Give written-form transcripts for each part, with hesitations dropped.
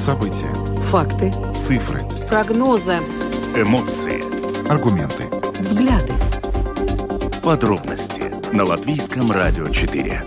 События. Факты. Цифры. Прогнозы. Эмоции. Аргументы. Взгляды. Подробности на Латвийском радио 4.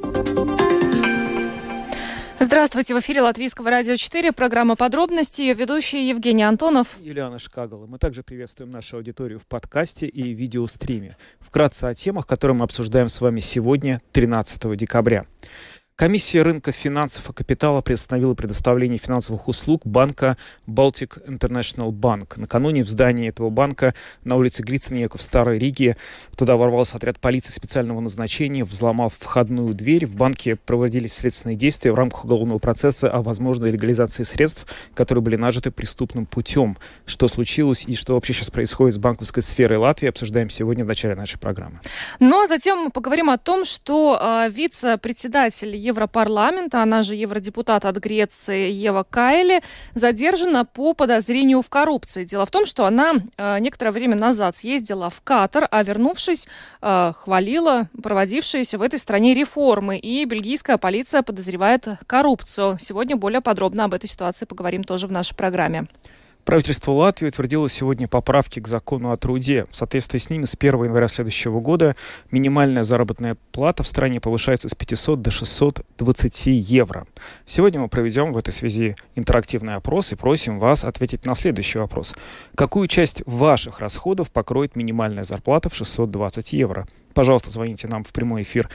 Здравствуйте, в эфире Латвийского радио 4, программа «Подробности», ее ведущие Евгений Антонов. Юлиана Шкагала. Мы также приветствуем нашу аудиторию в подкасте и видеостриме. Вкратце о темах, которые мы обсуждаем с вами сегодня, 13 декабря. Комиссия рынка финансов и капитала приостановила предоставление финансовых услуг банка Baltic International Bank. Накануне в здании этого банка на улице Грициньека в Старой Риге туда ворвался отряд полиции специального назначения, взломав входную дверь. В банке проводились следственные действия в рамках уголовного процесса о возможной легализации средств, которые были нажиты преступным путем. Что случилось и что вообще сейчас происходит с банковской сферой Латвии, обсуждаем сегодня в начале нашей программы. Ну а затем мы поговорим о том, что вице-председатель Европарламента, она же евродепутат от Греции Ева Кайли, задержана по подозрению в коррупции. Дело в том, что она некоторое время назад съездила в Катар, а вернувшись, хвалила проводившиеся в этой стране реформы. И бельгийская полиция подозревает коррупцию. Сегодня более подробно об этой ситуации поговорим тоже в нашей программе. Правительство Латвии утвердило сегодня поправки к закону о труде. В соответствии с ними с 1 января следующего года минимальная заработная плата в стране повышается с 500 до 620 евро. Сегодня мы проведем в этой связи интерактивный опрос и просим вас ответить на следующий вопрос. Какую часть ваших расходов покроет минимальная зарплата в 620 евро? Пожалуйста, звоните нам в прямой эфир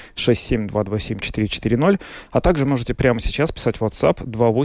67227440, а также можете прямо сейчас писать в WhatsApp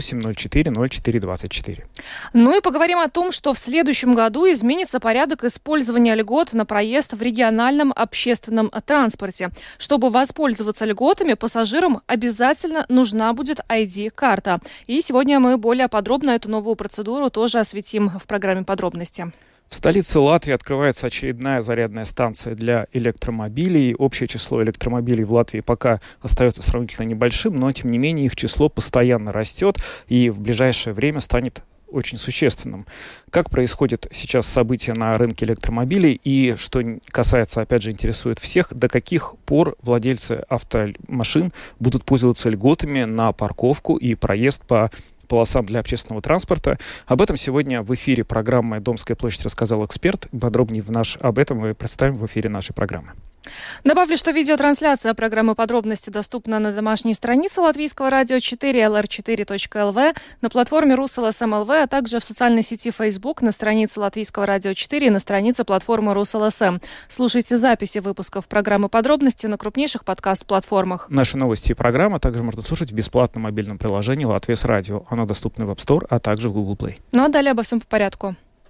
28040424. Ну и поговорим о том, что в следующем году изменится порядок использования льгот на проезд в региональном общественном транспорте. Чтобы воспользоваться льготами, пассажирам обязательно нужна будет ID-карта. И сегодня мы более подробно эту новую процедуру тоже осветим в программе «Подробности». В столице Латвии открывается очередная зарядная станция для электромобилей. Общее число электромобилей в Латвии пока остается сравнительно небольшим, но, тем не менее, их число постоянно растет и в ближайшее время станет очень существенным. Как происходит сейчас событие на рынке электромобилей и, что касается, опять же, интересует всех, до каких пор владельцы автомашин будут пользоваться льготами на парковку и проезд по полосам для общественного транспорта. Об этом сегодня в эфире программы «Домская площадь» рассказал эксперт. Подробнее об этом мы представим в эфире нашей программы. Добавлю, что видеотрансляция программы «Подробности» доступна на домашней странице Латвийского радио 4, lr4.lv, на платформе RusLSM.lv, а также в социальной сети Facebook, на странице Латвийского радио 4 и на странице платформы RusLSM. Слушайте записи выпусков программы «Подробности» на крупнейших подкаст-платформах. Наши новости и программы также можно слушать в бесплатном мобильном приложении «Латвия с радио». Оно доступно в App Store, а также в Google Play. Ну а далее обо всем по порядку.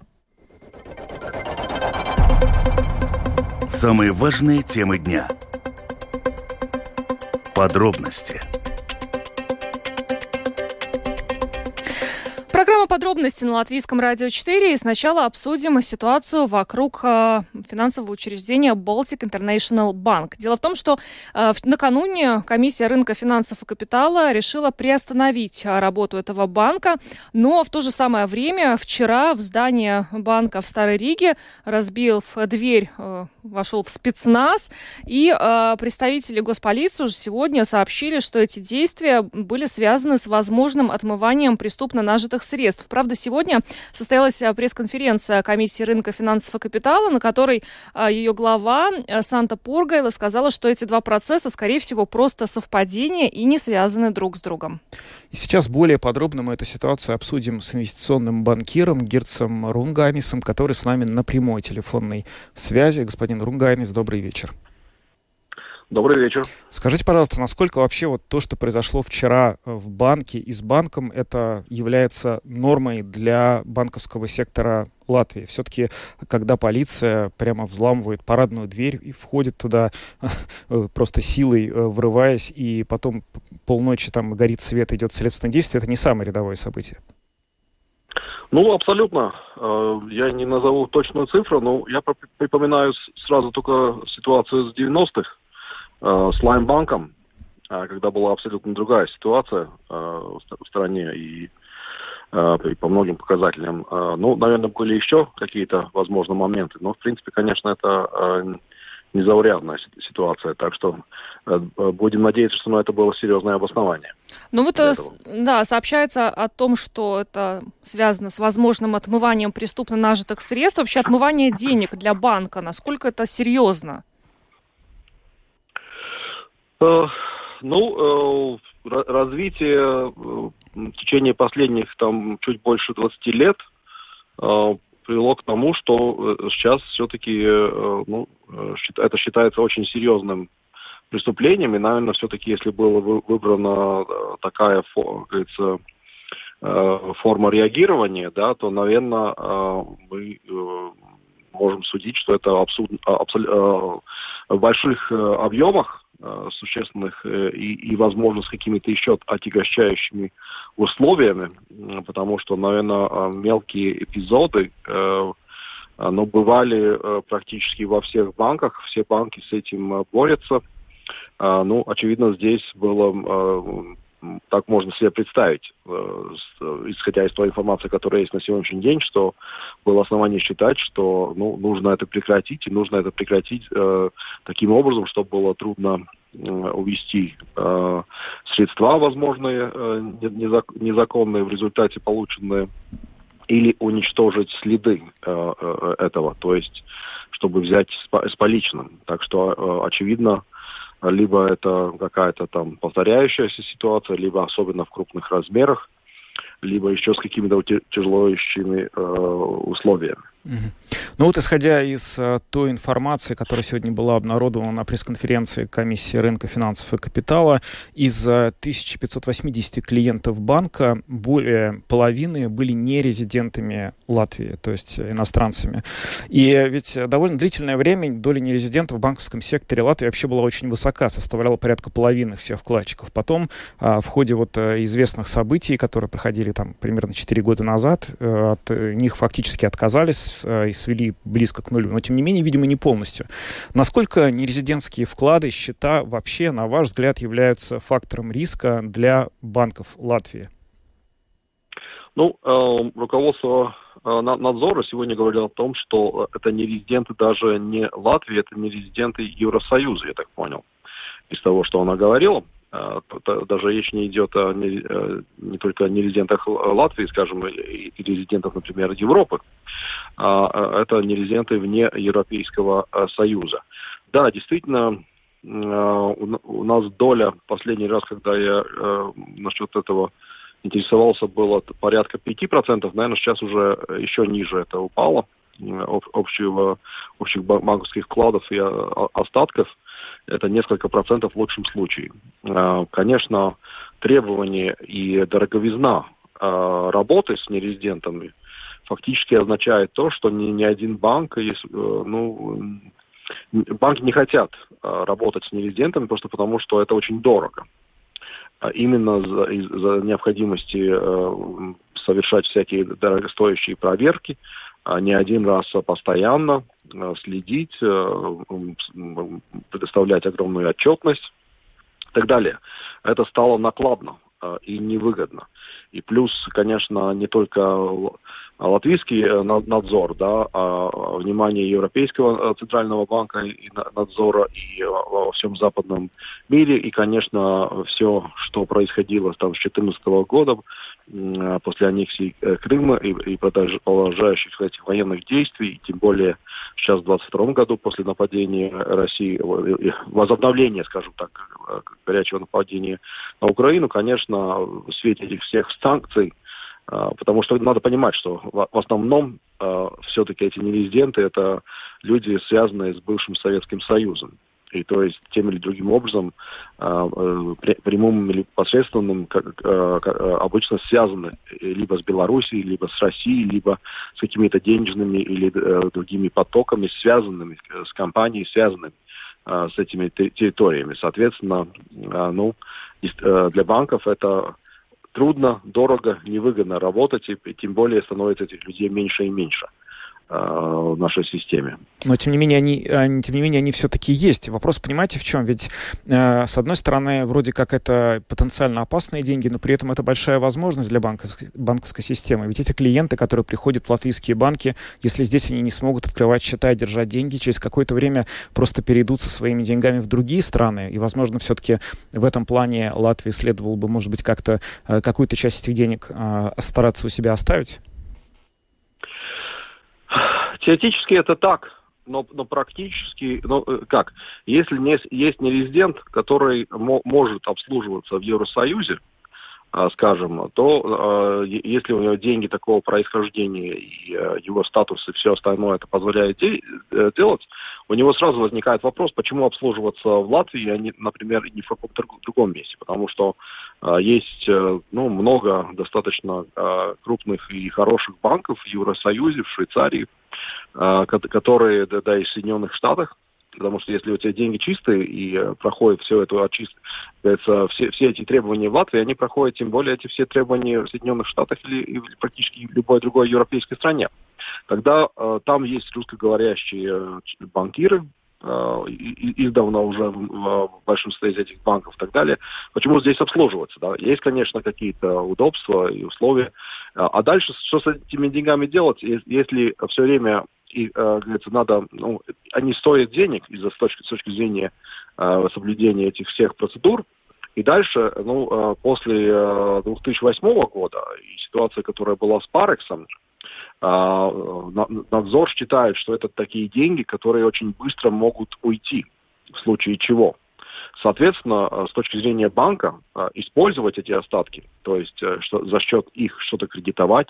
Самые важные темы дня. Подробности. Программа «Подробности» на Латвийском радио 4. И сначала обсудим ситуацию вокруг финансового учреждения Baltic International Bank. Дело в том, что накануне комиссия рынка финансов и капитала решила приостановить работу этого банка, но в то же самое время вчера в здание банка в Старой Риге, разбив дверь, вошел в спецназ, и представители госполиции уже сегодня сообщили, что эти действия были связаны с возможным отмыванием преступно нажитых средств. Правда, сегодня состоялась пресс-конференция комиссии рынка финансов и капитала, на которой ее глава Санта Пургайла сказала, что эти два процесса, скорее всего, просто совпадение и не связаны друг с другом. И сейчас более подробно мы эту ситуацию обсудим с инвестиционным банкиром Гирцем Рунганисом, который с нами на прямой телефонной связи. Господин Рунганис, добрый вечер. Добрый вечер. Скажите, пожалуйста, насколько вообще вот то, что произошло вчера в банке и с банком, это является нормой для банковского сектора Латвии? Все-таки, когда полиция прямо взламывает парадную дверь и входит туда просто силой, врываясь, и потом полночи там горит свет, идет следственное действие, это не самое рядовое событие? Ну, абсолютно. Я не назову точную цифру, но я припоминаю сразу только ситуацию с 90-х. С Лаймбанком, когда была абсолютно другая ситуация в стране и по многим показателям. Ну, наверное, были еще какие-то, возможно, моменты, но, в принципе, конечно, это незаурядная ситуация. Так что будем надеяться, что это было серьезное обоснование. Ну вот, да, сообщается о том, что это связано с возможным отмыванием преступно нажитых средств. Вообще отмывание денег для банка, насколько это серьезно? Развитие в течение последних чуть больше 20 лет привело к тому, что сейчас все-таки это считается очень серьезным преступлением, и, наверное, все-таки, если была выбрана такая, форма реагирования, да, то, наверное, мы можем судить, что это в больших объемах существенных и возможно, с какими-то еще отягощающими условиями, потому что, наверное, мелкие эпизоды бывали практически во всех банках, все банки с этим борются. Очевидно, здесь было, так можно себе представить, исходя из той информации, которая есть на сегодняшний день, что было основание считать, что нужно это прекратить, и нужно это прекратить таким образом, чтобы было трудно увести средства, возможные, незаконные, в результате полученные, или уничтожить следы этого, то есть, чтобы взять с поличным. Так что, очевидно, либо это какая-то повторяющаяся ситуация, либо особенно в крупных размерах, либо еще с какими-то тяжелоющими условиями. Исходя из той информации, которая сегодня была обнародована на пресс-конференции Комиссии рынка финансов и капитала, из 1580 клиентов банка более половины были не резидентами Латвии, то есть иностранцами. И ведь довольно длительное время доля нерезидентов в банковском секторе Латвии вообще была очень высока, составляла порядка половины всех вкладчиков. Потом в ходе известных событий, которые проходили примерно 4 года назад, от них фактически отказались и свели близко к нулю. Но, тем не менее, видимо, не полностью. Насколько нерезидентские вклады, счета вообще, на ваш взгляд, являются фактором риска для банков Латвии? Руководство надзора сегодня говорило о том, что это не резиденты даже не Латвии, это не резиденты Евросоюза, я так понял, из того, что она говорила. Даже речь не идет не только о нерезидентах Латвии, скажем, и резидентах, например, Европы, а это нерезиденты вне Европейского Союза. Да, действительно, у нас доля, последний раз, когда я насчет этого интересовался, было порядка 5%, наверное, сейчас уже еще ниже это упало, общих банковских вкладов и остатков. Это несколько процентов в лучшем случае. Конечно, требования и дороговизна работы с нерезидентами фактически означает то, что ни один банк, банки не хотят работать с нерезидентами просто потому, что это очень дорого. Именно из-за необходимости совершать всякие дорогостоящие проверки, не один раз постоянно следить, предоставлять огромную отчетность и так далее. Это стало накладно и невыгодно. И плюс, конечно, не только латвийский надзор, да, а внимание Европейского центрального банка и надзора и во всем западном мире. И, конечно, все, что происходило с 2014 года, после аннексии Крыма и продолжающих этих военных действий, и тем более сейчас в 2022 году после нападения России, возобновления, скажем так, горячего нападения на Украину, конечно, в свете этих всех санкций, потому что надо понимать, что в основном все-таки эти нерезиденты — это люди, связанные с бывшим Советским Союзом. И то есть тем или другим образом, прямым или посредственным, обычно связаны либо с Белоруссией, либо с Россией, либо с какими-то денежными или другими потоками, связанными с компанией, связанными с этими территориями. Соответственно, для банков это трудно, дорого, невыгодно работать, и тем более становится этих людей меньше и меньше. в нашей системе. Но, тем не менее, они все-таки есть. Вопрос, понимаете, в чем? Ведь, с одной стороны, вроде как это потенциально опасные деньги, но при этом это большая возможность для банковской системы. Ведь эти клиенты, которые приходят в латвийские банки, если здесь они не смогут открывать счета и держать деньги, через какое-то время просто перейдут со своими деньгами в другие страны. И, возможно, все-таки в этом плане Латвии следовало бы, может быть, как-то какую-то часть этих денег стараться у себя оставить. Теоретически это так, но практически, как? Если есть нерезидент, который может обслуживаться в Евросоюзе, скажем, то если у него деньги такого происхождения и его статус и все остальное это позволяет делать, у него сразу возникает вопрос, почему обслуживаться в Латвии, а не, например, не в каком-то другом месте. Потому что есть много достаточно крупных и хороших банков в Евросоюзе, в Швейцарии, которые, да и в Соединенных Штатах. Потому что если у тебя деньги чистые и проходит все это очистку, все эти требования в Латвии, они проходят, тем более эти все требования в Соединенных Штатах или практически в любой другой европейской стране. Тогда там есть русскоговорящие банкиры, издавна уже в большинстве из этих банков и так далее. Почему здесь обслуживаться? Да? Есть, конечно, какие-то удобства и условия. А дальше, что с этими деньгами делать, если все время и, говорится, надо, они стоят денег с точки зрения соблюдения этих всех процедур. И дальше, после 2008 года и ситуация, которая была с Парексом, надзор считает, что это такие деньги, которые очень быстро могут уйти, в случае чего. Соответственно, с точки зрения банка, использовать эти остатки, то есть за счет их что-то кредитовать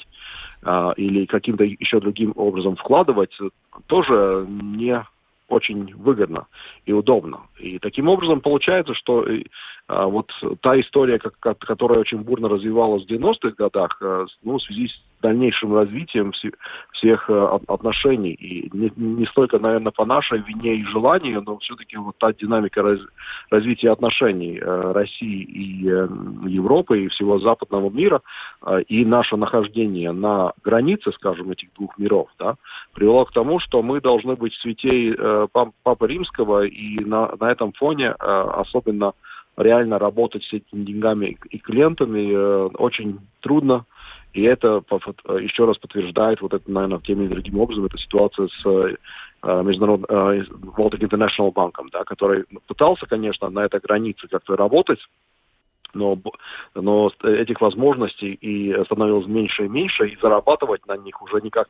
или каким-то еще другим образом вкладывать, тоже не очень выгодно и удобно. И таким образом получается, что вот та история, которая очень бурно развивалась в 90-х годах, в связи с дальнейшим развитием всех отношений, и не столько, наверное, по нашей вине и желанию, но все-таки вот та динамика развития отношений России и Европы, и всего западного мира, и наше нахождение на границе, скажем, этих двух миров, да, привело к тому, что мы должны быть святей Папы Римского, и на этом фоне особенно реально работать с этими деньгами и клиентами очень трудно. И это еще раз подтверждает вот это, наверное, тем или другим образом, эта ситуация с международным Baltic International банком, да, который пытался, конечно, на этой границе как-то работать, но этих возможностей и становилось меньше и меньше, и зарабатывать на них уже никак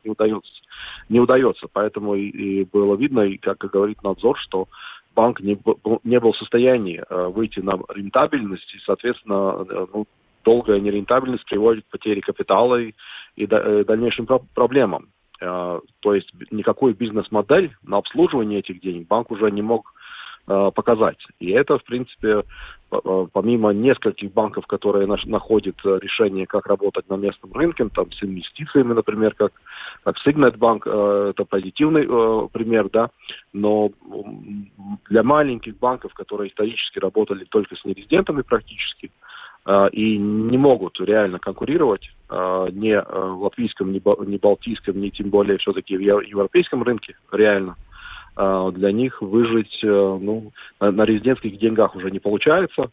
не удается. Поэтому и было видно, и как говорит надзор, что банк не был в состоянии выйти на рентабельность, и, соответственно, долгая нерентабельность приводит к потере капитала и дальнейшим проблемам. То есть никакую бизнес-модель на обслуживание этих денег банк уже не мог показать. И это, в принципе, помимо нескольких банков, которые находят решение, как работать на местном рынке, там, с инвестициями, например, как Signet Bank, это позитивный пример, да, но для маленьких банков, которые исторически работали только с нерезидентами практически, и не могут реально конкурировать ни в латвийском, ни балтийском, ни тем более все-таки в европейском рынке реально, для них выжить на резидентских деньгах уже не получается,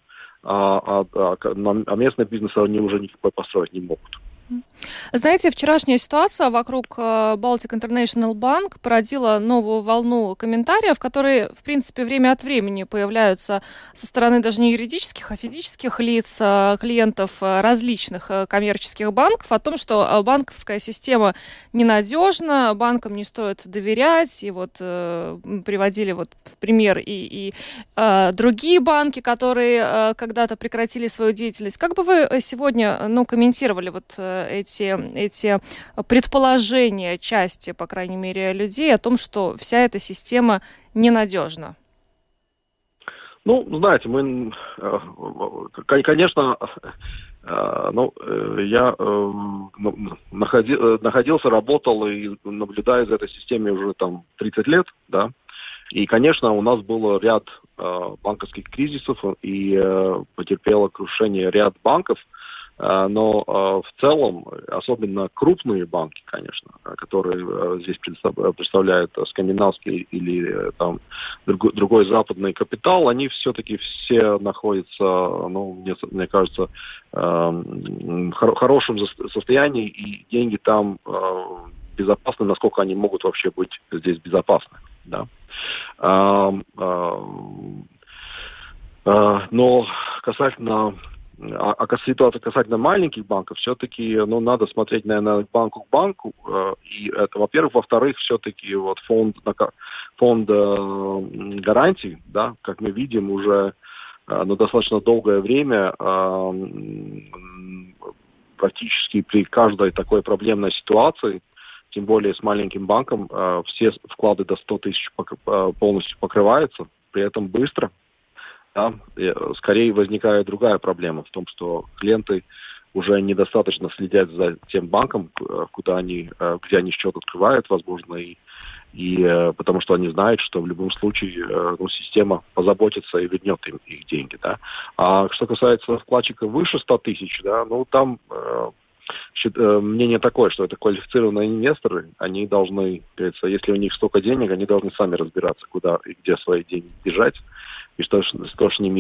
а местный бизнес они уже никакой построить не могут. Знаете, вчерашняя ситуация вокруг Baltic International Bank породила новую волну комментариев, которые, в принципе, время от времени появляются со стороны даже не юридических, а физических лиц, клиентов различных коммерческих банков, о том, что банковская система ненадежна, банкам не стоит доверять, и вот приводили вот в пример и другие банки, которые когда-то прекратили свою деятельность. Как бы вы сегодня комментировали вот эти предположения части, по крайней мере, людей о том, что вся эта система ненадежна? Знаете, мы, конечно, я находился, работал и наблюдаю за этой системой уже там 30 лет, да, и, конечно, у нас был ряд банковских кризисов и потерпело крушение ряд банков, Но в целом, особенно крупные банки, конечно, которые здесь представляют скандинавский или там другой западный капитал, они все-таки все находятся, мне кажется, в хорошем состоянии, и деньги там безопасны, насколько они могут вообще быть здесь безопасны. Да? Но касательно ситуация касательно маленьких банков, все-таки, надо смотреть, наверное, банку к банку. И это, во-первых. Во-вторых, все-таки вот фонд гарантий, да, как мы видим, уже достаточно долгое время практически при каждой такой проблемной ситуации, тем более с маленьким банком, все вклады до 100 тысяч полностью покрываются, при этом быстро. Да, скорее возникает другая проблема в том, что клиенты уже недостаточно следят за тем банком, где они счет открывают, возможно, и потому что они знают, что в любом случае система позаботится и вернет им их деньги. Да. А что касается вкладчиков выше 100 тысяч, да, там мнение такое, что это квалифицированные инвесторы, они должны, говорится, если у них столько денег, они должны сами разбираться, куда и где свои деньги держать, и что с ними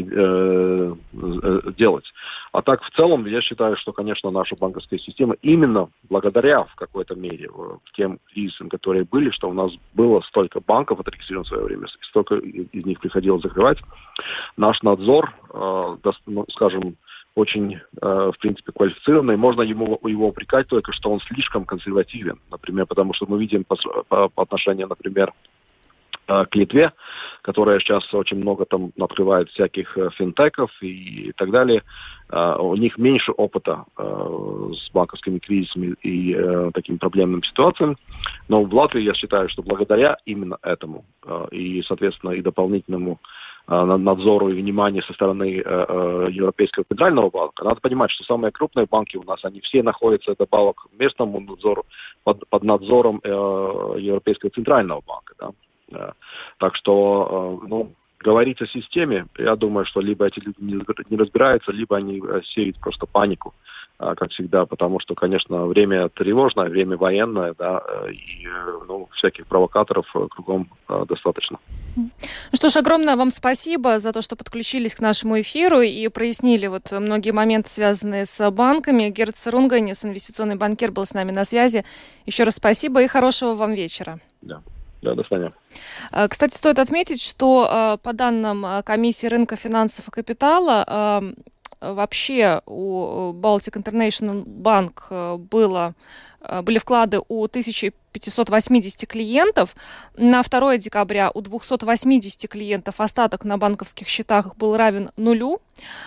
делать. А так, в целом, я считаю, что, конечно, наша банковская система именно благодаря, в какой-то мере, тем кризисам, которые были, что у нас было столько банков отрегистрировано в свое время, и столько из них приходилось закрывать, наш надзор, скажем, очень, в принципе, квалифицированный. Можно его упрекать только, что он слишком консервативен. Например, потому что мы видим по отношению, например, к Литве, которая сейчас очень много там открывает всяких финтеков и так далее. У них меньше опыта с банковскими кризисами и такими проблемными ситуациями. Но в Латвии я считаю, что благодаря именно этому и, соответственно, и дополнительному надзору и вниманию со стороны Европейского центрального банка. Надо понимать, что самые крупные банки у нас, они все находятся добавок к местному надзору под надзором Европейского центрального банка. Да? Так что, говорить о системе, я думаю, что либо эти люди не разбираются, либо они сеют просто панику, как всегда, потому что, конечно, время тревожное, время военное, да, и всяких провокаторов кругом достаточно. Ну что ж, огромное вам спасибо за то, что подключились к нашему эфиру и прояснили многие моменты, связанные с банками. Герд Рунганис, инвестиционный банкир, был с нами на связи. Еще раз спасибо и хорошего вам вечера. Да, до свидания. Кстати, стоит отметить, что по данным комиссии рынка финансов и капитала, вообще у Baltic International Bank были вклады у 1580 клиентов. На 2 декабря у 280 клиентов остаток на банковских счетах был равен нулю.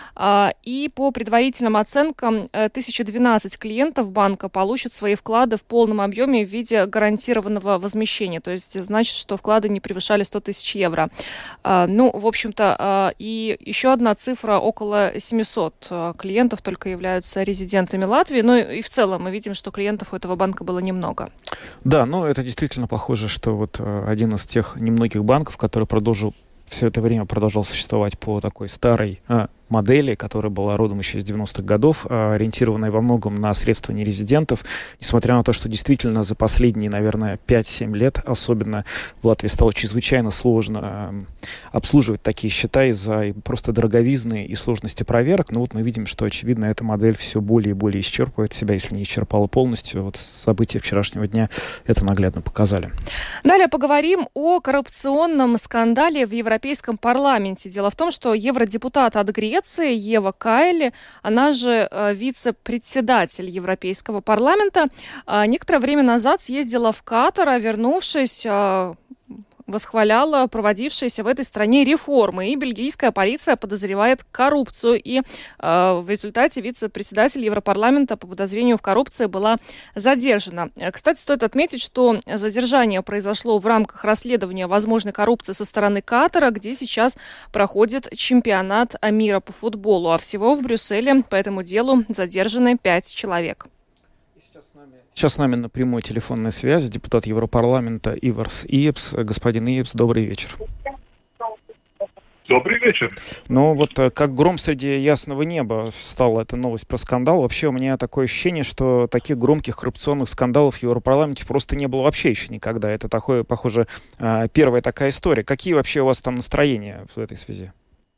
И по предварительным оценкам 1012 клиентов банка получат свои вклады в полном объеме в виде гарантированного возмещения. То есть значит, что вклады не превышали 100 тысяч евро. В общем-то, и еще одна цифра, около 700 клиентов только являются резидентами Латвии. Ну и в целом мы видим, что клиентов у этого банка было немного. Да, это действительно похоже, что один из тех немногих банков, который все это время продолжал существовать по такой старой модели, которая была родом еще из 90-х годов, ориентированная во многом на средства нерезидентов, несмотря на то, что действительно за последние, наверное, 5-7 лет, особенно в Латвии, стало чрезвычайно сложно обслуживать такие счета из-за просто дороговизны и сложности проверок. Но мы видим, что, очевидно, эта модель все более и более исчерпывает себя, если не исчерпала полностью. События вчерашнего дня это наглядно показали. Далее поговорим о коррупционном скандале в Европейском парламенте. Дело в том, что евродепутат от Греции Ева Кайли, она же вице-председатель Европейского парламента, некоторое время назад съездила в Катар, а вернувшись, восхваляла проводившиеся в этой стране реформы. И бельгийская полиция подозревает коррупцию. И в результате вице-председатель Европарламента по подозрению в коррупции была задержана. Кстати, стоит отметить, что задержание произошло в рамках расследования возможной коррупции со стороны Катара, где сейчас проходит чемпионат мира по футболу. А всего в Брюсселе по этому делу задержаны 5 человек. Сейчас с нами на прямой телефонной связи депутат Европарламента Иварс Иепс. Господин Иепс, добрый вечер. Добрый вечер. Ну вот как гром среди ясного неба стала эта новость про скандал. Вообще у меня такое ощущение, что таких громких коррупционных скандалов в Европарламенте просто не было вообще еще никогда. Это такое, похоже, первая такая история. Какие вообще у вас там настроения в этой связи?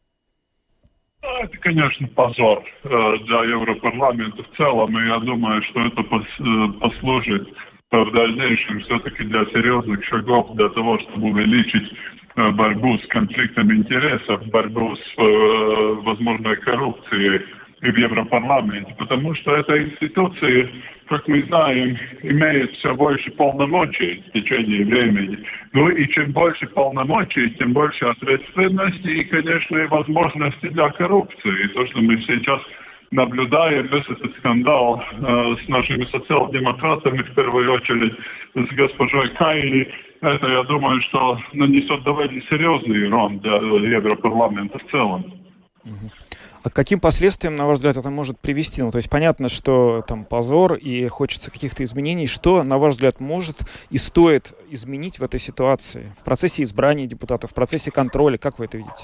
Это, конечно, позор для Европарламента в целом, и я думаю, что это послужит в дальнейшем все-таки для серьезных шагов, для того, чтобы увеличить борьбу с конфликтом интересов, борьбу с возможной коррупцией в Европарламенте, потому что эта институция, как мы знаем, имеет все больше полномочий в течение времени. Ну и чем больше полномочий, тем больше ответственности и, конечно, и возможности для коррупции. И то, что мы сейчас наблюдаем, весь этот скандал с нашими социал-демократами, в первую очередь с госпожой Кайли, это, я думаю, что нанесет довольно серьезный урон для Европарламента в целом. А к каким последствиям, на ваш взгляд, это может привести? Ну, то есть понятно, что там позор и хочется каких-то изменений. Что, на ваш взгляд, может и стоит изменить в этой ситуации? В процессе избрания депутатов, в процессе контроля? Как вы это видите?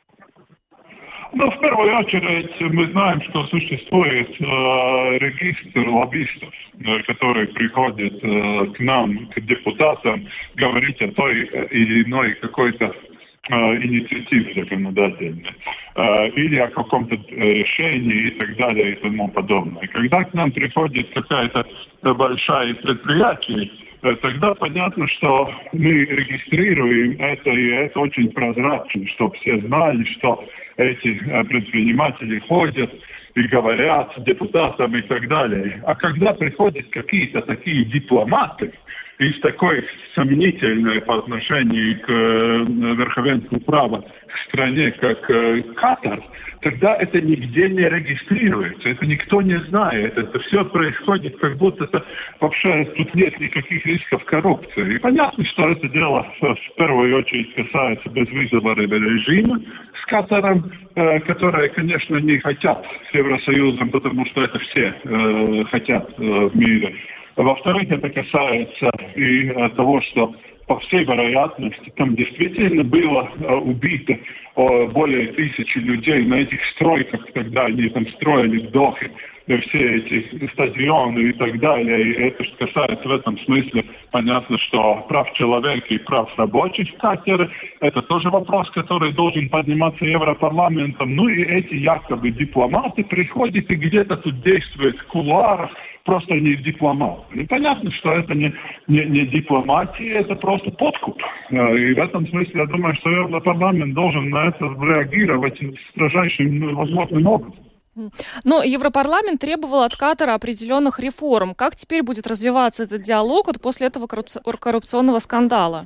Ну, в первую очередь, мы знаем, что существует регистр лоббистов, который приходит к нам, к депутатам, говорить о той или иной какой-то инициативе законодательной, или о каком-то решении и так далее и тому подобное. Когда к нам приходит какая-то большая предприятие, тогда понятно, что мы регистрируем это, и это очень прозрачно, чтобы все знали, что эти предприниматели ходят и говорят депутатам и так далее. А когда приходят какие-то такие дипломаты, из такой сомнительной по отношению к верховенству права стране, как Катар, тогда это нигде не регистрируется, это никто не знает, это все происходит, как будто это вообще тут нет никаких рисков коррупции. И понятно, что это дело в первую очередь касается безвизового режима с Катаром, которые, конечно, не хотят с Евросоюзом, потому что это все хотят в мире. Во-вторых, это касается и того, что по всей вероятности там действительно было убито более 1000 людей на этих стройках, когда они там строили в Дохе все эти стадионы и так далее. И это что касается в этом смысле, понятно, что прав человека и прав рабочих в Катаре, это тоже вопрос, который должен подниматься Европарламентом. Ну и эти якобы дипломаты приходят и где-то тут действуют в кулуарах, просто не дипломат. И понятно, что это не дипломатия, это просто подкуп. И в этом смысле я думаю, что Европарламент должен на это реагировать строжайшим возможным образом. Но Европарламент требовал от Катара определенных реформ. Как теперь будет развиваться этот диалог после этого коррупционного скандала?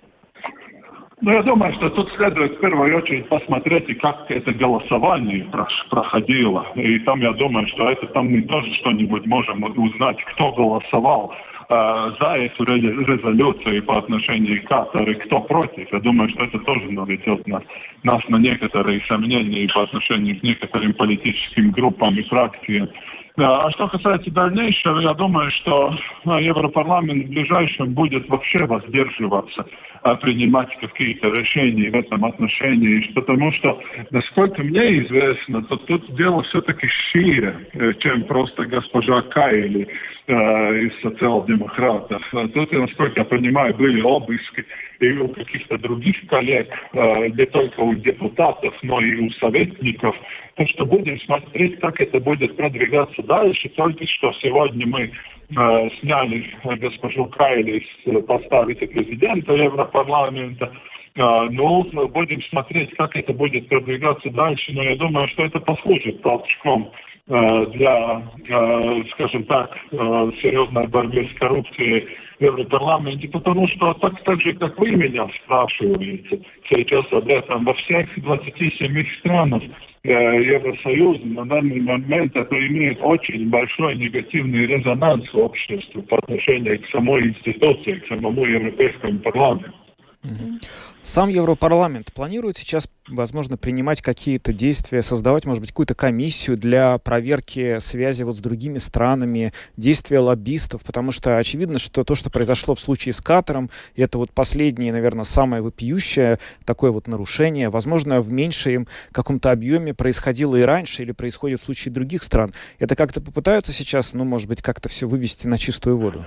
Ну, я думаю, что тут следует в первую очередь посмотреть, как это голосование проходило. И там, я думаю, что там мы тоже что-нибудь можем узнать, кто голосовал за эту резолюцию по отношению к Катару, и кто против. Я думаю, что это тоже наведет нас на некоторые сомнения по отношению к некоторым политическим группам и фракциям. А что касается дальнейшего, я думаю, что Европарламент в ближайшем будет вообще воздерживаться принимать какие-то решения в этом отношении, потому что, насколько мне известно, то тут дело все-таки шире, чем просто госпожа Кайли из социал-демократов. Тут, насколько я понимаю, были обыски и у каких-то других коллег, не только у депутатов, но и у советников. Так что будем смотреть, как это будет продвигаться дальше. Только что сегодня мы сняли госпожу Кайли с поста вице-президента Европарламента. Ну, будем смотреть, как это будет продвигаться дальше. Но я думаю, что это послужит толчком для, скажем так, серьезной борьбы с коррупцией в Европарламенте, потому что так же, как вы меня спрашиваете сейчас об этом, во всех 27 странах Евросоюза на данный момент это имеет очень большой негативный резонанс в обществе по отношению к самой институции, к самому Европейскому парламенту. Сам Европарламент планирует сейчас, возможно, принимать какие-то действия, создавать, может быть, какую-то комиссию для проверки связи вот с другими странами, действия лоббистов, потому что очевидно, что то, что произошло в случае с Катаром, это вот последнее, наверное, самое вопиющее такое вот нарушение. Возможно, в меньшем каком-то объеме происходило и раньше, или происходит в случае других стран. Это как-то попытаются сейчас, может быть, как-то все вывести на чистую воду?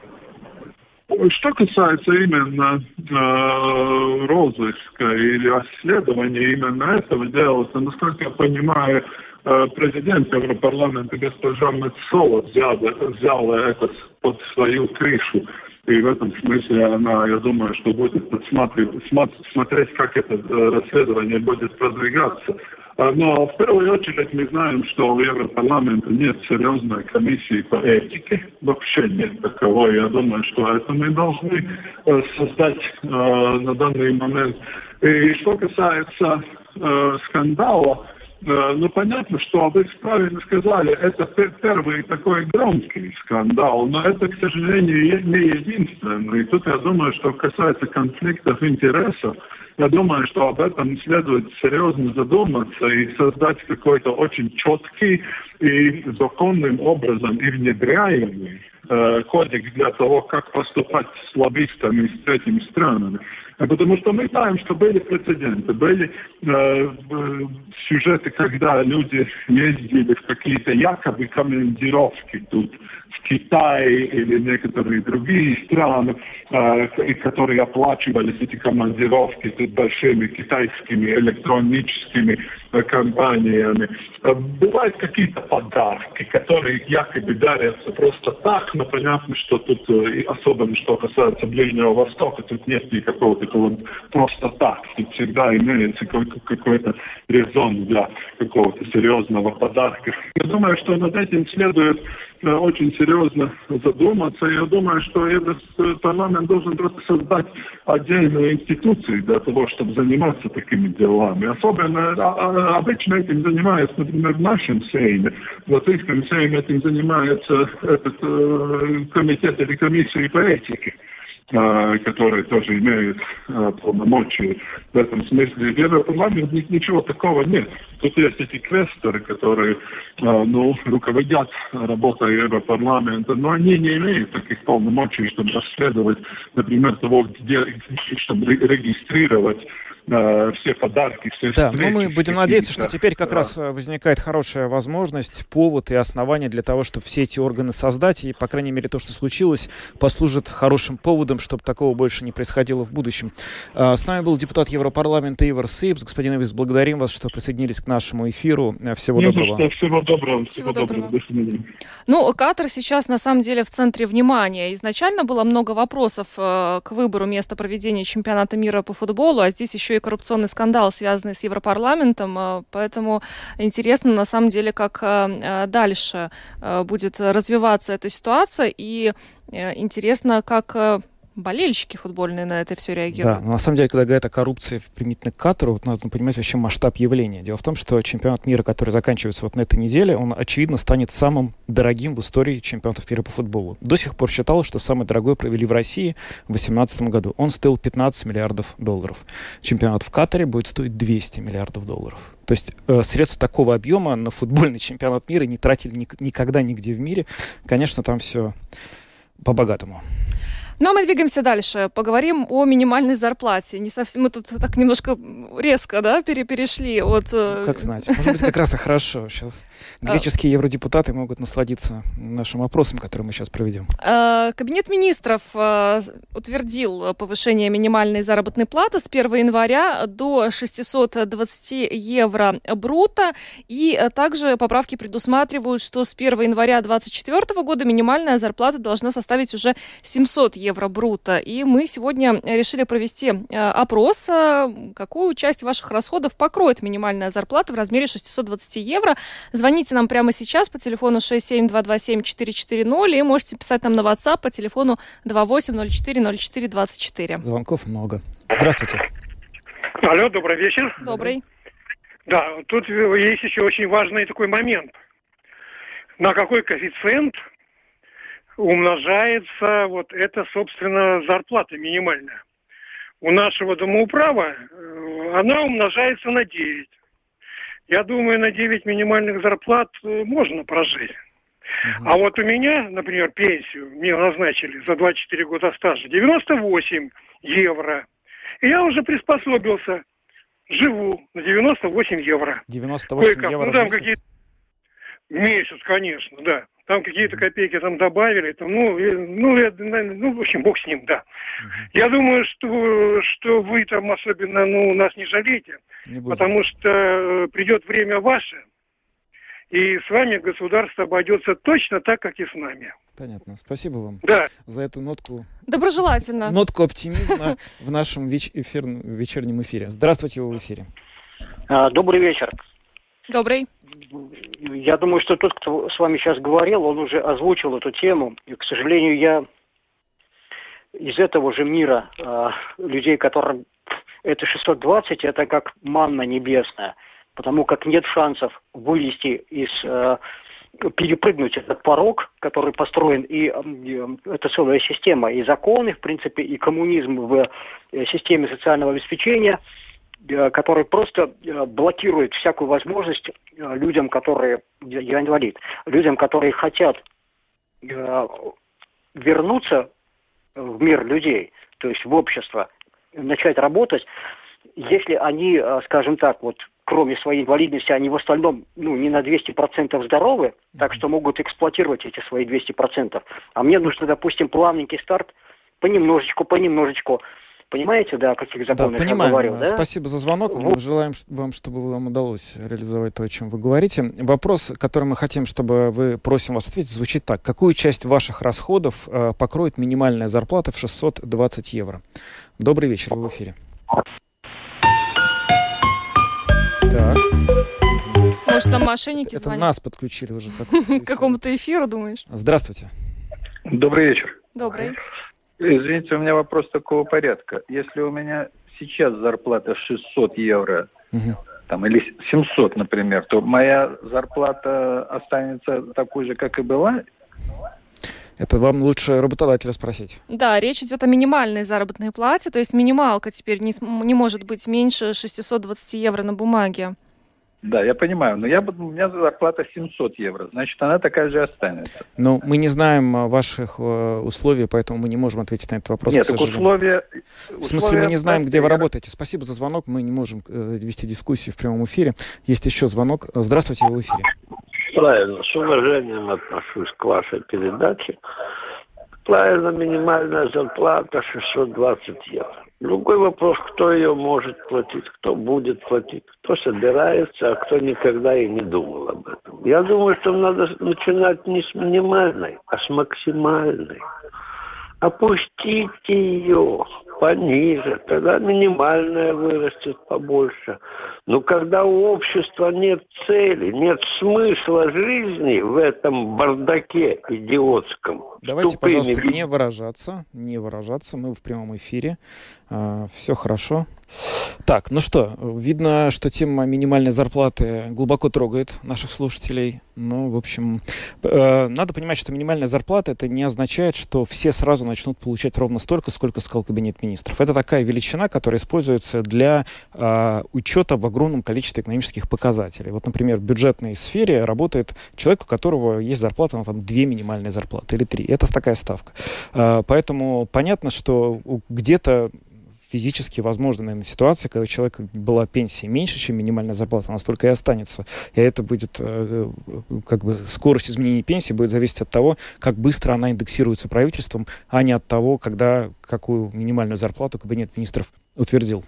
Что касается именно розыска или расследования именно этого дела, то, насколько я понимаю, президент Европарламента госпожа Мецола взяла это под свою крышу. И в этом смысле она, я думаю, что будет смотреть, как это расследование будет продвигаться. Но в первую очередь мы знаем, что у Европарламента нет серьезной комиссии по этике. Вообще нет таковой. Я думаю, что это мы должны создать на данный момент. И что касается скандала, понятно, что вы правильно сказали, это первый такой громкий скандал, но это, к сожалению, не единственный. И тут я думаю, что касается конфликтов интересов, я думаю, что об этом следует серьезно задуматься и создать какой-то очень четкий и законным образом и внедряемый кодекс для того, как поступать с лоббистами с третьими странами. Потому что мы знаем, что были прецеденты, были сюжеты, когда люди ездили в какие-то якобы командировки тут, в Китае или некоторые другие страны, которые оплачивались эти командировки тут большими китайскими электроническими компаниями. Бывают какие-то подарки, которые якобы дарятся просто так, но понятно, что тут, особенно что касается Ближнего Востока, тут нет никакого такого просто так. Тут всегда имеется какой-то резон для какого-то серьезного подарка. Я думаю, что над этим следует очень серьезно задуматься. Я думаю, что этот парламент должен просто создать отдельную институцию для того, чтобы заниматься такими делами. Особенно обычно этим занимается, например, в нашем Сейме. В Латвийском Сейме этим занимается этот комитет или комиссия по этике, которые тоже имеют полномочия в этом смысле. В Европарламенте ничего такого нет. Тут есть эти квесторы, которые руководят работой Европарламента, но они не имеют таких полномочий, чтобы расследовать, например, того, чтобы регистрировать все подарки, все встречи. Да, мы будем надеяться, что теперь как раз возникает хорошая возможность, повод и основание для того, чтобы все эти органы создать, и, по крайней мере, то, что случилось, послужит хорошим поводом, чтобы такого больше не происходило в будущем. С нами был депутат Европарламента Ивар Сыйпс. Господин Ивис, благодарим вас, что присоединились к нашему эфиру. Всего доброго. Всего доброго. До свидания. Катар сейчас, на самом деле, в центре внимания. Изначально было много вопросов к выбору места проведения чемпионата мира по футболу, а здесь еще и коррупционный скандал, связанный с Европарламентом, поэтому интересно, на самом деле, как дальше будет развиваться эта ситуация, и интересно, как болельщики футбольные на это все реагируют. Да, но на самом деле, когда говорят о коррупции применительно к Катару, надо понимать вообще масштаб явления. Дело в том, что чемпионат мира, который заканчивается на этой неделе, он, очевидно, станет самым дорогим в истории чемпионатов мира по футболу. До сих пор считалось, что самый дорогой провели в России в 2018 году. Он стоил $15 миллиардов. Чемпионат в Катаре будет стоить $200 миллиардов. То есть средств такого объема на футбольный чемпионат мира не тратили никогда нигде в мире. Конечно, там все по-богатому. Ну, а мы двигаемся дальше. Поговорим о минимальной зарплате. Не совсем, мы тут так немножко резко, перешли от... Как знать. Может быть, как раз и хорошо. Сейчас греческие евродепутаты могут насладиться нашим опросом, который мы сейчас проведем. Кабинет министров утвердил повышение минимальной заработной платы с 1 января до 620 евро бруто. И также поправки предусматривают, что с 1 января 2024 года минимальная зарплата должна составить уже 700 евро бруто. И мы сегодня решили провести опрос, какую часть ваших расходов покроет минимальная зарплата в размере 620 евро. Звоните нам прямо сейчас по телефону 67227-440 и можете писать нам на WhatsApp по телефону 28040424. Звонков много. Здравствуйте. Алло, добрый вечер. Добрый. Да, тут есть еще очень важный такой момент. На какой коэффициент умножается эта, собственно, зарплата минимальная. у нашего домоуправа, она умножается на 9. Я думаю, на 9 минимальных зарплат можно прожить. А вот у меня, например, пенсию мне назначили за 24 года стажа 98 евро. И я уже приспособился. Живу на 98 евро. 98 евро там в месяц? какие-то... Месяц, конечно, да. Там какие-то копейки там добавили. Там, в общем, бог с ним, да. Я думаю, что вы там особенно нас не жалеете. Потому что придет время ваше, и с вами государство обойдется точно так, как и с нами. Понятно. Спасибо вам за эту нотку. Доброжелательно. Нотку оптимизма в нашем вечернем эфире. Здравствуйте, вы в эфире. Добрый вечер. Добрый. Я думаю, что тот, кто с вами сейчас говорил, он уже озвучил эту тему. И, к сожалению, я из этого же мира людей, которым это 620, это как манна небесная. Потому как нет шансов вылезти перепрыгнуть этот порог, который построен, и это целая система, и законы, в принципе, и коммунизм в системе социального обеспечения, который просто блокирует всякую возможность людям, которые, я инвалид, людям, которые хотят вернуться в мир людей, то есть в общество, начать работать, если они, скажем так, вот кроме своей инвалидности, они в остальном не на 200% здоровы, так что могут эксплуатировать эти свои 200%. А мне нужно, допустим, плавненький старт, понемножечку. Понимаете, да, о каких законах я говорю? Да? Спасибо за звонок. Мы желаем вам, чтобы вам удалось реализовать то, о чем вы говорите. Вопрос, который мы хотим, чтобы вы, просим вас ответить, звучит так. Какую часть ваших расходов покроет минимальная зарплата в 620 евро? Добрый вечер, вы в эфире. Так. Может, там мошенники Это звонят? нас подключили уже к какому-то эфиру, думаешь? Здравствуйте. Добрый вечер. Добрый. Извините, у меня вопрос такого порядка. Если у меня сейчас зарплата 600 евро, там, или 700, например, то моя зарплата останется такой же, как и была? Это вам лучше работодателя спросить. Да, речь идет о минимальной заработной плате, то есть минималка теперь не может быть меньше 620 евро на бумаге. Да, я понимаю, но у меня зарплата 700 евро, значит, она такая же останется. Но мы не знаем ваших условий, поэтому мы не можем ответить на этот вопрос, Нет, к сожалению. условия... В смысле, мы не знаем, где вы работаете. Спасибо за звонок, мы не можем вести дискуссии в прямом эфире. Есть еще звонок. Здравствуйте, вы в эфире. Правильно, с уважением отношусь к вашей передаче. Правильно, минимальная зарплата 620 евро. Другой вопрос, кто ее может платить, кто будет платить, кто собирается, а кто никогда и не думал об этом. Я думаю, что надо начинать не с минимальной, а с максимальной. Опустите ее пониже, тогда минимальная вырастет побольше. Но когда у общества нет цели, нет смысла жизни в этом бардаке идиотском. Давайте, пожалуйста, не выражаться. Мы в прямом эфире. Все хорошо. Так, ну что, видно, что тема минимальной зарплаты глубоко трогает наших слушателей. Ну, в общем, надо понимать, что минимальная зарплата, это не означает, что все сразу начнут получать ровно столько, сколько сказал Кабинет министров. Это такая величина, которая используется для учета в огромном количестве экономических показателей. Вот, например, в бюджетной сфере работает человек, у которого есть зарплата на 2 минимальные зарплаты или 3. Это такая ставка. Поэтому понятно, что где-то физически возможна, наверное, ситуация, когда у человека была пенсия меньше, чем минимальная зарплата, она столько и останется. И это будет, скорость изменения пенсии будет зависеть от того, как быстро она индексируется правительством, а не от того, какую минимальную зарплату Кабинет министров утвердил.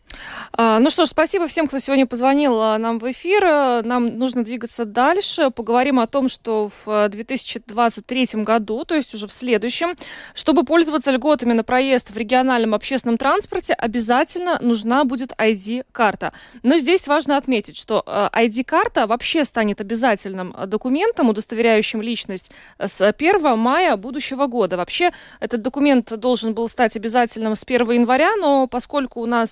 Ну что ж, спасибо всем, кто сегодня позвонил нам в эфир. Нам нужно двигаться дальше. Поговорим о том, что в 2023 году, то есть уже в следующем, чтобы пользоваться льготами на проезд в региональном общественном транспорте, обязательно нужна будет ID-карта. Но здесь важно отметить, что ID-карта вообще станет обязательным документом, удостоверяющим личность с 1 мая будущего года. Вообще этот документ должен был стать обязательным с 1 января, но поскольку у нас возник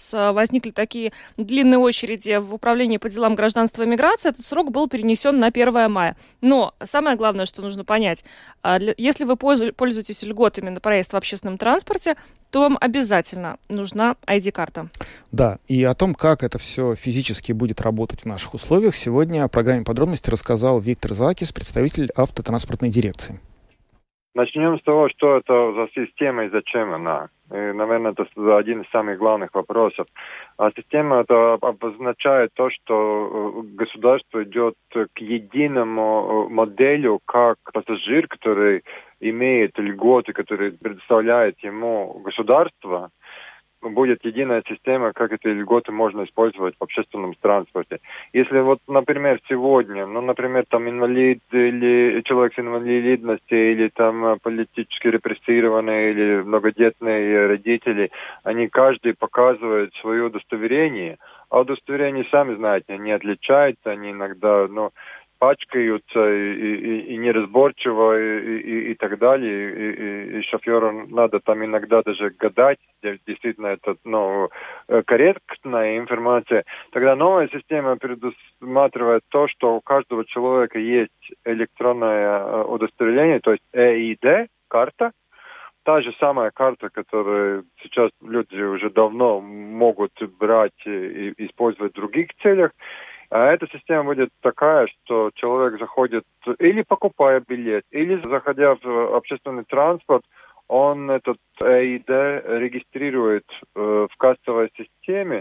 возникли такие длинные очереди в управлении по делам гражданства и миграции, этот срок был перенесен на 1 мая. Но самое главное, что нужно понять, если вы пользуетесь льготами на проезд в общественном транспорте, то вам обязательно нужна ID-карта. Да, и о том, как это все физически будет работать в наших условиях, сегодня о программе подробности рассказал Виктор Закис, представитель автотранспортной дирекции. Начнем с того, что это за система и зачем она. И, наверное, это один из самых главных вопросов. А система это обозначает то, что государство идет к единому моделю, как пассажир, который имеет льготы, которые предоставляет ему государство, будет единая система, как эти льготы можно использовать в общественном транспорте. Если вот, например, сегодня, например, там инвалид или человек с инвалидностью, или там политически репрессированные, или многодетные родители, они каждый показывает свое удостоверение, а удостоверения, сами знаете, они отличаются, они иногда, пачкаются и неразборчиво и так далее. И шоферу надо там иногда даже гадать, действительно это корректная информация. Тогда новая система предусматривает то, что у каждого человека есть электронное удостоверение, то есть ЭИД, карта. Та же самая карта, которую сейчас люди уже давно могут брать и использовать в других целях. А эта система будет такая, что человек заходит или покупая билет, или заходя в общественный транспорт, он этот ЭИД регистрирует в кассовой системе,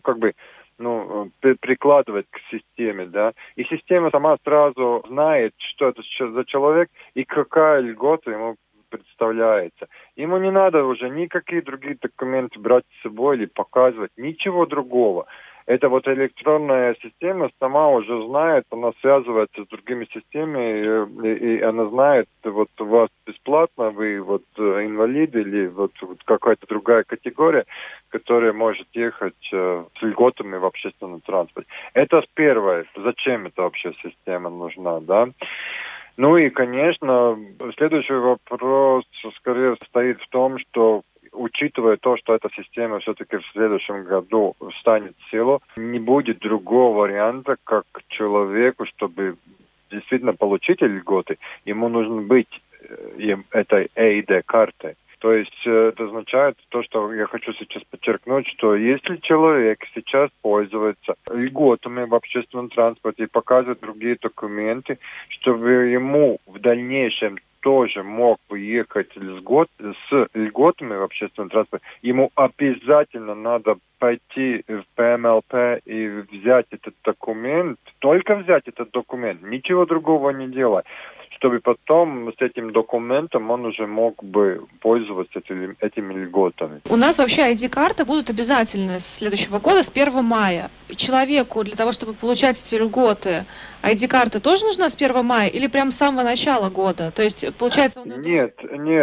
прикладывает к системе, да. И система сама сразу знает, что это за человек и какая льгота ему представляется. Ему не надо уже никакие другие документы брать с собой или показывать, ничего другого. Эта вот электронная система сама уже знает, она связывается с другими системами, и она знает, вот у вас бесплатно, вы вот инвалид или вот какая-то другая категория, которая может ехать с льготами в общественном транспорте. Это первое. Зачем эта вообще система нужна, да? И, конечно, следующий вопрос скорее стоит в том, что учитывая то, что эта система все-таки в следующем году встанет в силу, не будет другого варианта, как человеку, чтобы действительно получить льготы, ему нужно быть этой ЭИД-картой. То есть это означает то, что я хочу сейчас подчеркнуть, что если человек сейчас пользуется льготами в общественном транспорте и показывает другие документы, чтобы ему в дальнейшем тоже мог бы ехать с льготами в общественном транспорте, ему обязательно надо пойти в ПМЛП и взять этот документ, только взять этот документ, ничего другого не делать, чтобы потом с этим документом он уже мог бы пользоваться этими льготами. У нас вообще ID-карты будут обязательны с следующего года, с 1 мая. Человеку для того, чтобы получать эти льготы, ID-карта тоже нужна с 1 мая или прям с самого начала года? То есть, получается... Нет.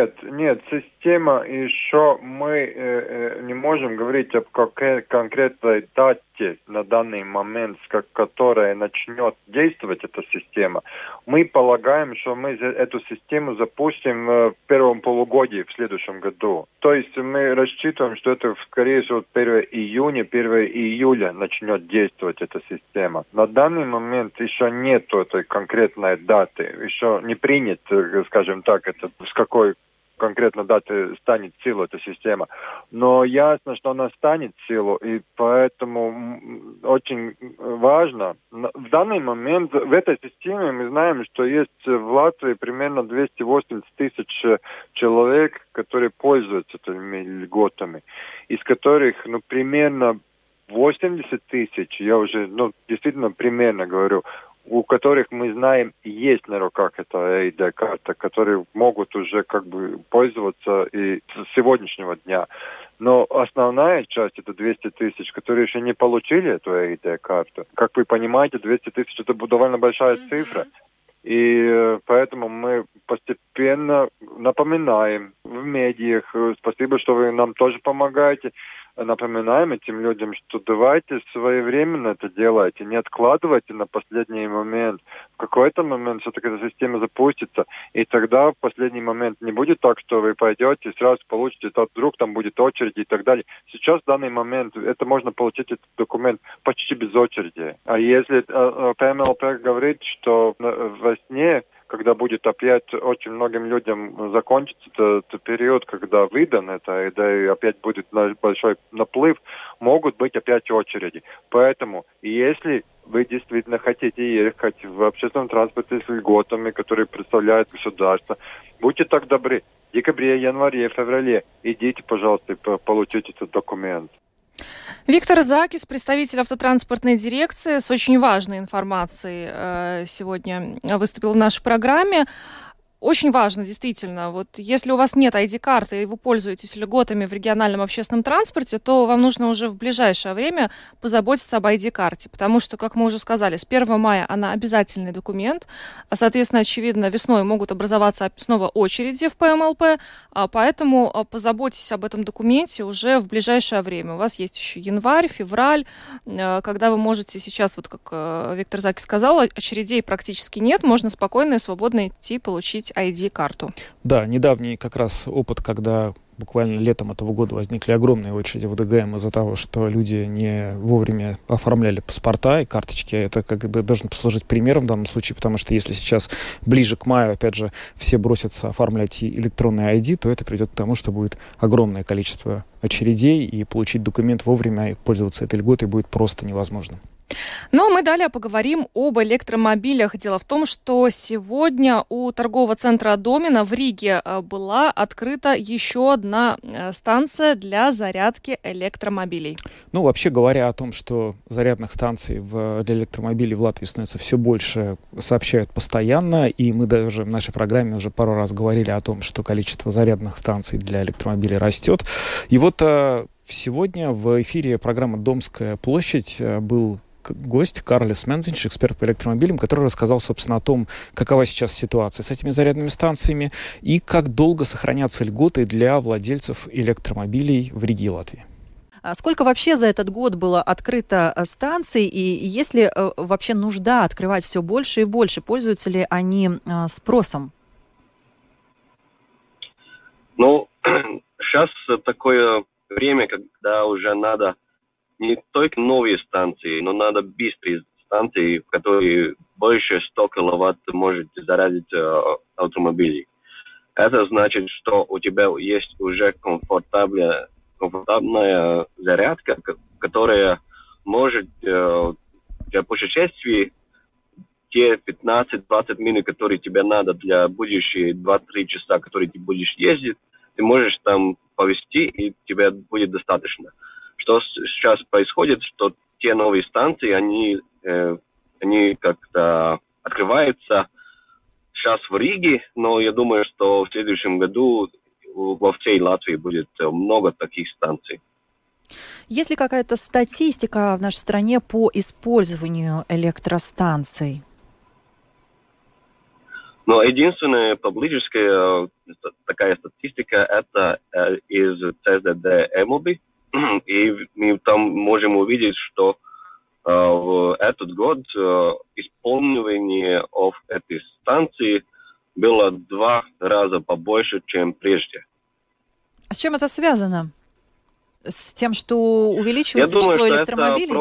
Система еще мы не можем говорить об конкретной дате на данный момент, с которой начнет действовать эта система. Мы полагаем, что мы эту систему запустим в первом полугодии в следующем году. То есть мы рассчитываем, что это, скорее всего, 1 июня, 1 июля начнет действовать эта система. На данный момент еще нет этой конкретной даты, еще не принят, скажем так, это с какой конкретно даты станет в силу эта система. Но ясно, что она станет в силу, и поэтому очень важно. В данный момент в этой системе мы знаем, что есть в Латвии примерно 280 тысяч человек, которые пользуются этими льготами, из которых примерно 80 тысяч, я уже действительно примерно говорю, у которых мы знаем, есть на руках эта ЭИД-карта, которые могут уже пользоваться и с сегодняшнего дня. Но основная часть, это 200 тысяч, которые еще не получили эту ЭИД-карту. Как вы понимаете, 200 тысяч – это довольно большая цифра. И поэтому мы постепенно напоминаем в медиах, спасибо, что вы нам тоже помогаете, напоминаем этим людям, что давайте своевременно это делайте, не откладывайте на последний момент. В какой-то момент все-таки эта система запустится, и тогда в последний момент не будет так, что вы пойдете и сразу получите, тот вдруг там будет очередь и так далее. Сейчас в данный момент это можно получить этот документ почти без очереди. А если ПМЛП говорит, что во сне, когда будет опять очень многим людям закончится этот период, когда выдан это, да и опять будет большой наплыв, могут быть опять очереди. Поэтому, если вы действительно хотите ехать в общественном транспорте с льготами, которые представляет государство, будьте так добры, в декабре, январе, феврале идите, пожалуйста, и получите этот документ. Виктор Закис, представитель автотранспортной дирекции, с очень важной информацией сегодня выступил в нашей программе. Очень важно, действительно, вот если у вас нет ID-карты и вы пользуетесь льготами в региональном общественном транспорте, то вам нужно уже в ближайшее время позаботиться об ID-карте, потому что, как мы уже сказали, с 1 мая она обязательный документ, а, соответственно, очевидно, весной могут образоваться снова очереди в ПМЛП, поэтому позаботьтесь об этом документе уже в ближайшее время. У вас есть еще январь, февраль, когда вы можете сейчас, вот как Виктор Закис сказал, очередей практически нет, можно спокойно и свободно идти получить ID-карту. Да, недавний как раз опыт, когда буквально летом этого года возникли огромные очереди в УДГМ из-за того, что люди не вовремя оформляли паспорта и карточки. Это как бы должен послужить примером в данном случае, потому что если сейчас ближе к маю, опять же, все бросятся оформлять электронный ID, то это приведет к тому, что будет огромное количество очередей, и получить документ вовремя и пользоваться этой льготой будет просто невозможно. Ну, а мы далее поговорим об электромобилях. Дело в том, что сегодня у торгового центра Домина в Риге была открыта еще одна станция для зарядки электромобилей. Ну, вообще говоря о том, что зарядных станций для электромобилей в Латвии становится все больше, сообщают постоянно, и мы даже в нашей программе уже пару раз говорили о том, что количество зарядных станций для электромобилей растет. И вот сегодня в эфире программы «Домская площадь» был гость Карлис Мензинш, эксперт по электромобилям, который рассказал, собственно, о том, какова сейчас ситуация с этими зарядными станциями и как долго сохранятся льготы для владельцев электромобилей в Риге и Латвии. Сколько вообще за этот год было открыто станций, и есть ли вообще нужда открывать все больше и больше? Пользуются ли они спросом? Ну, сейчас такое время, когда уже надо не только новые станции, но надо быстрые станции, которые больше 100 киловатт может зарядить автомобили. Это значит, что у тебя есть уже комфортабельная зарядка, которая может для путешествий те 15-20 минут, которые тебе надо для будущие 2-3 часа, которые ты будешь ездить, ты можешь там повезти, и тебе будет достаточно. Что сейчас происходит, что те новые станции, они как-то открываются сейчас в Риге, но я думаю, что в следующем году во всей Латвии будет много таких станций. Есть ли какая-то статистика в нашей стране по использованию электростанций? Но единственная публическая такая статистика это из ЦЗД Эмоби. И мы там можем увидеть, что в этот год исполнение этой станции было 2 раза побольше, чем прежде. А с чем это связано? С тем, что увеличивается число электромобилей?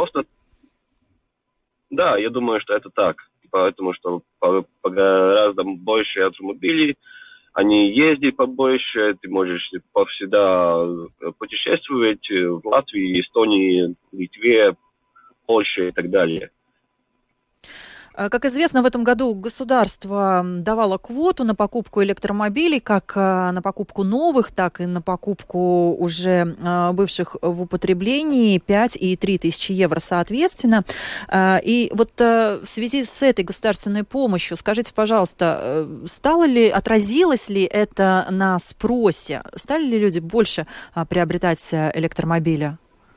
Да, я думаю, что это так. Потому что гораздо больше автомобилей, они ездят побольше, ты можешь повсегда путешествовать в Латвии, Эстонии, Литве, Польше и так далее. Как известно, в этом году государство давало квоту на покупку электромобилей, как на покупку новых, так и на покупку уже бывших в употреблении, 5 и 3 тысячи евро соответственно. И вот в связи с этой государственной помощью, скажите, пожалуйста, отразилось ли это на спросе? Стали ли люди больше приобретать электромобили?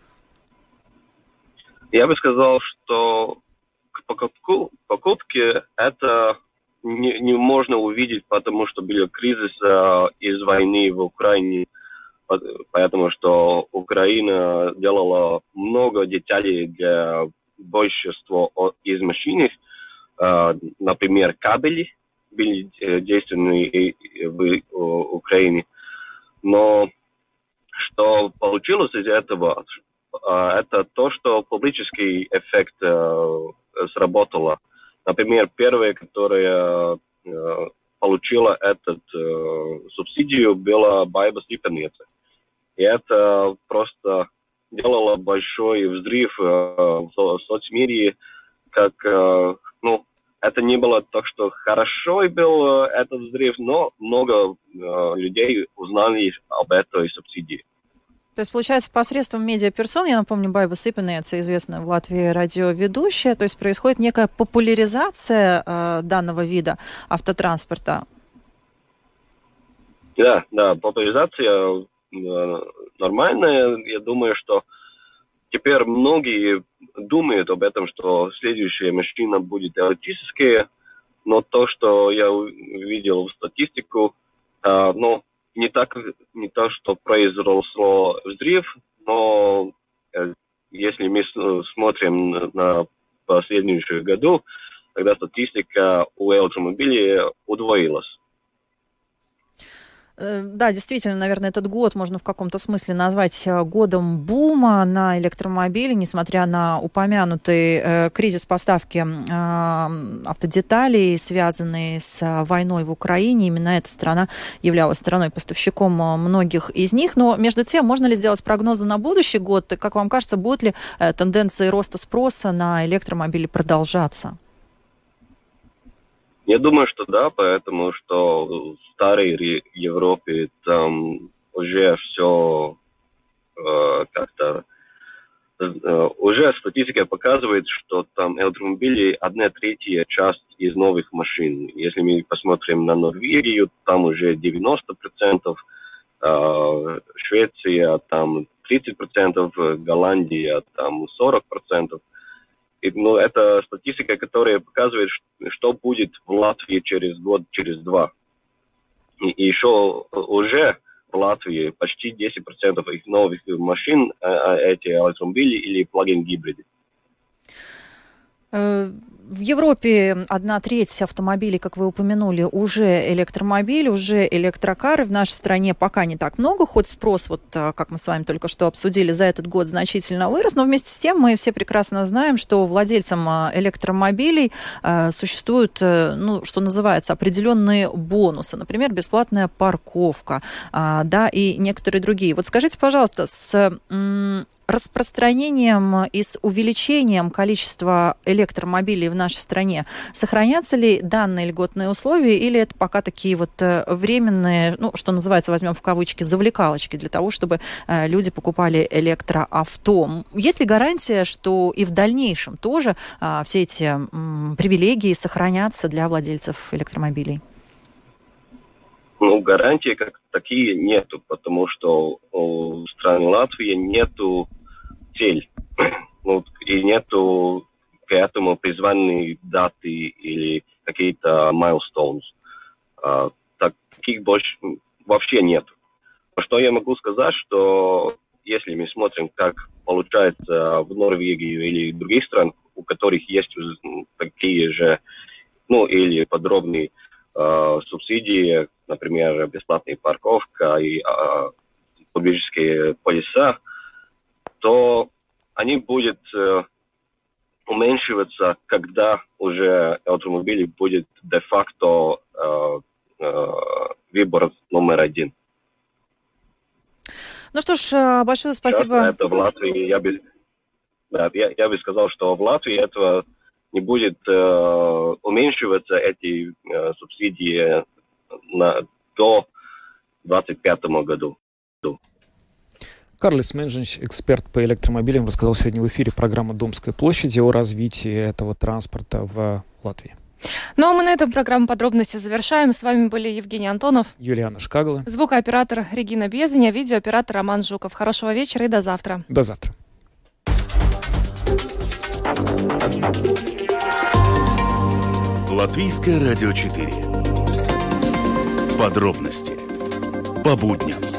Я бы сказал, что покупки это не можно увидеть, потому что был кризис из войны в Украине. потому что Украина делала много деталей для большинства из машин. Например, кабели были действенны в Украине. Но что получилось из этого, это то, что публический эффект сработало. Например, первая, которая получила эту субсидию, была Baiba Stipendniece. И это просто делало большой взрыв в соцмире, как, это не было так, что хорошо был этот взрыв, но много людей узнали об этой субсидии. То есть, получается, посредством медиаперсон, я напомню, Baiba Stipendniece, известная в Латвии радиоведущая, то есть происходит некая популяризация данного вида автотранспорта. Да, популяризация нормальная. Я думаю, что теперь многие думают об этом, что следующая машина будет электрическая, но то, что я видел в статистику, не то, что произошло взрыв, но если мы смотрим на последующую году, тогда статистика у электромобилей удвоилась. Да, действительно, наверное, этот год можно в каком-то смысле назвать годом бума на электромобили, несмотря на упомянутый кризис поставки автодеталей, связанный с войной в Украине. Именно эта страна являлась страной-поставщиком многих из них. Но между тем, можно ли сделать прогнозы на будущий год? Как вам кажется, будут ли тенденции роста спроса на электромобили продолжаться? Я думаю, что да, потому что в старой Европе там уже все как-то... уже статистика показывает, что там электромобили 1/3 часть из новых машин. Если мы посмотрим на Норвегию, там уже 90%, Швеция там 30%, Голландия там 40%. Это статистика, которая показывает, что будет в Латвии через год, через два. И еще уже в Латвии почти 10% их новых машин эти электромобили или плагин-гибриды. В Европе 1/3 автомобилей, как вы упомянули, уже электромобили, уже электрокары. В нашей стране пока не так много, хоть спрос, как мы с вами только что обсудили, за этот год значительно вырос, но вместе с тем мы все прекрасно знаем, что владельцам электромобилей существуют, что называется, определенные бонусы, например, бесплатная парковка, и некоторые другие. Вот скажите, пожалуйста, с распространением и с увеличением количества электромобилей в нашей стране сохранятся ли данные льготные условия, или это пока такие временные, что называется, возьмем в кавычки, завлекалочки для того, чтобы люди покупали электроавто? Есть ли гарантия, что и в дальнейшем тоже все эти привилегии сохранятся для владельцев электромобилей? Гарантии как такие нету, потому что у страны Латвии нету цель, и нету к этому призванные даты или какие-то milestones. Таких больше вообще нет. Что я могу сказать, что если мы смотрим, как получается в Норвегии или в других странах, у которых есть такие же, или подробные субсидии, например, бесплатная парковка и публические полиса, то они будут уменьшиваться, когда уже электромобили будет де-факто выбор номер один. Ну что ж, большое спасибо. Это в Латвии, я бы сказал, что в Латвии этого не будет уменьшиваться, эти субсидии до 2025 году. Карлис Менжинч, эксперт по электромобилям, рассказал сегодня в эфире программы «Домской площади» о развитии этого транспорта в Латвии. Ну а мы на этом программу «Подробности» завершаем. С вами были Евгений Антонов, Юлиана Шкагала, звукооператор Регина Безеня, видеооператор Роман Жуков. Хорошего вечера и до завтра. До завтра. Латвийское радио 4. Подробности по будням.